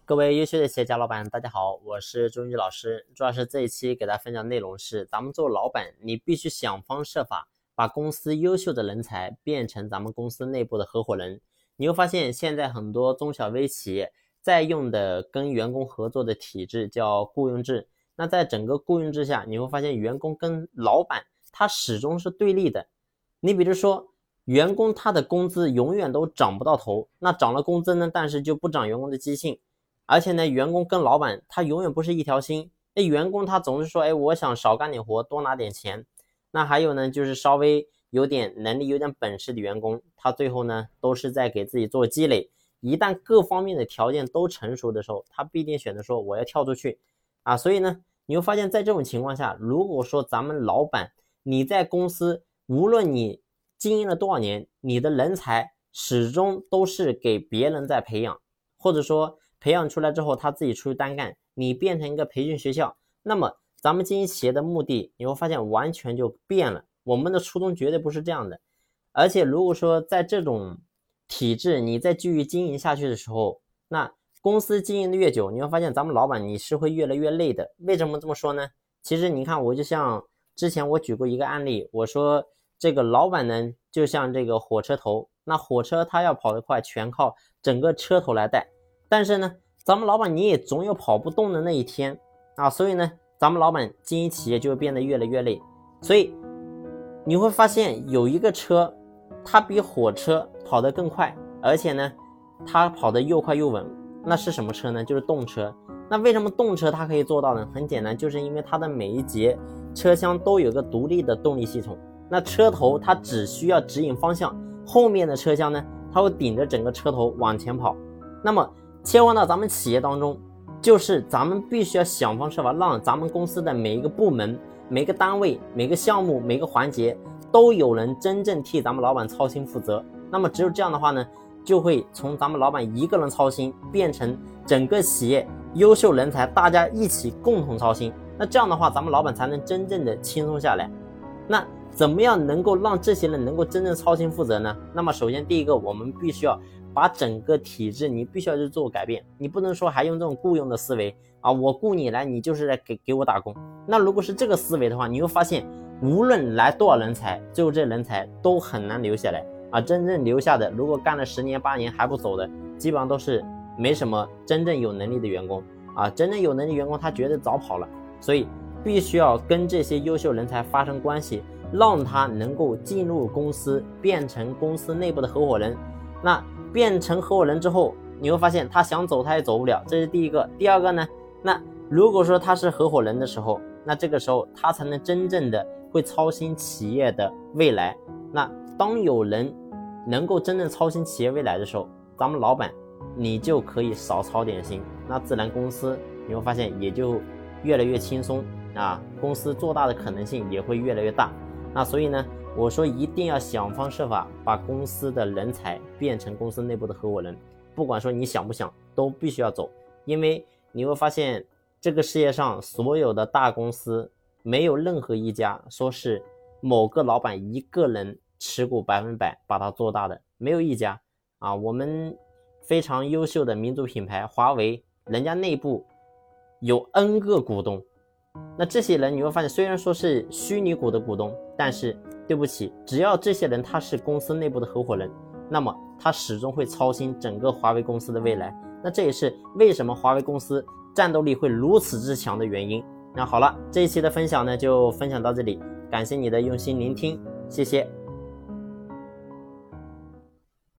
各位优秀的企业家老板，大家好，我是周云老师。朱老师这一期给大家分享内容是，咱们做老板，你必须想方设法把公司优秀的人才变成咱们公司内部的合伙人。你会发现，现在很多中小微企业在用的跟员工合作的体制叫雇佣制。那在整个雇佣制下，你会发现员工跟老板他始终是对立的。你比如说，员工他的工资永远都涨不到头，那涨了工资呢，但是就不涨员工的积性。而且呢，员工跟老板他永远不是一条心。员工他总是说，我想少干点活，多拿点钱。那还有呢，就是稍微有点能力、有点本事的员工，他最后呢都是在给自己做积累。一旦各方面的条件都成熟的时候，他必定选择说我要跳出去所以呢，你会发现在这种情况下，如果说咱们老板你在公司，无论你经营了多少年，你的人才始终都是给别人在培养，或者说培养出来之后他自己出去单干，你变成一个培训学校，那么咱们经营企业的目的你会发现完全就变了，我们的初衷绝对不是这样的。而且如果说在这种体制你再继续经营下去的时候，那公司经营的越久，你会发现咱们老板你是会越来越累的。为什么这么说呢？其实你看，我就像之前我举过一个案例，我说这个老板呢就像这个火车头，那火车它要跑得快全靠整个车头来带，但是呢咱们老板你也总有跑不动的那一天所以呢咱们老板经营企业就会变得越来越累。所以你会发现有一个车它比火车跑得更快，而且呢它跑得又快又稳，那是什么车呢？就是动车。那为什么动车它可以做到呢？很简单，就是因为它的每一节车厢都有个独立的动力系统，那车头它只需要指引方向，后面的车厢呢它会顶着整个车头往前跑。那么切换到咱们企业当中，就是咱们必须要想方设法让咱们公司的每一个部门、每个单位、每个项目、每个环节都有人真正替咱们老板操心负责。那么只有这样的话呢，就会从咱们老板一个人操心变成整个企业优秀人才大家一起共同操心。那这样的话咱们老板才能真正的轻松下来。那怎么样能够让这些人能够真正操心负责呢？那么首先第一个，我们必须要把整个体制你必须要去做改变，你不能说还用这种雇佣的思维我雇你来，你就是来给我打工。那如果是这个思维的话，你会发现无论来多少人才，最后这人才都很难留下来真正留下的，如果干了10年8年还不走的，基本上都是没什么真正有能力的员工真正有能力员工他绝对早跑了。所以必须要跟这些优秀人才发生关系，让他能够进入公司，变成公司内部的合伙人。那变成合伙人之后，你会发现他想走他也走不了，这是第一个。第二个呢，那如果说他是合伙人的时候，那这个时候他才能真正的会操心企业的未来。那当有人能够真正操心企业未来的时候，咱们老板你就可以少操点心，那自然公司你会发现也就越来越轻松公司做大的可能性也会越来越大。那所以呢，我说一定要想方设法把公司的人才变成公司内部的合伙人，不管说你想不想都必须要走。因为你会发现这个世界上所有的大公司没有任何一家说是某个老板一个人持股100%把它做大的，没有一家我们非常优秀的民族品牌华为，人家内部有 N 个股东，那这些人你会发现虽然说是虚拟股的股东，但是对不起，只要这些人他是公司内部的合伙人，那么他始终会操心整个华为公司的未来。那这也是为什么华为公司战斗力会如此之强的原因。那好了，这一期的分享呢就分享到这里，感谢你的用心聆听，谢谢。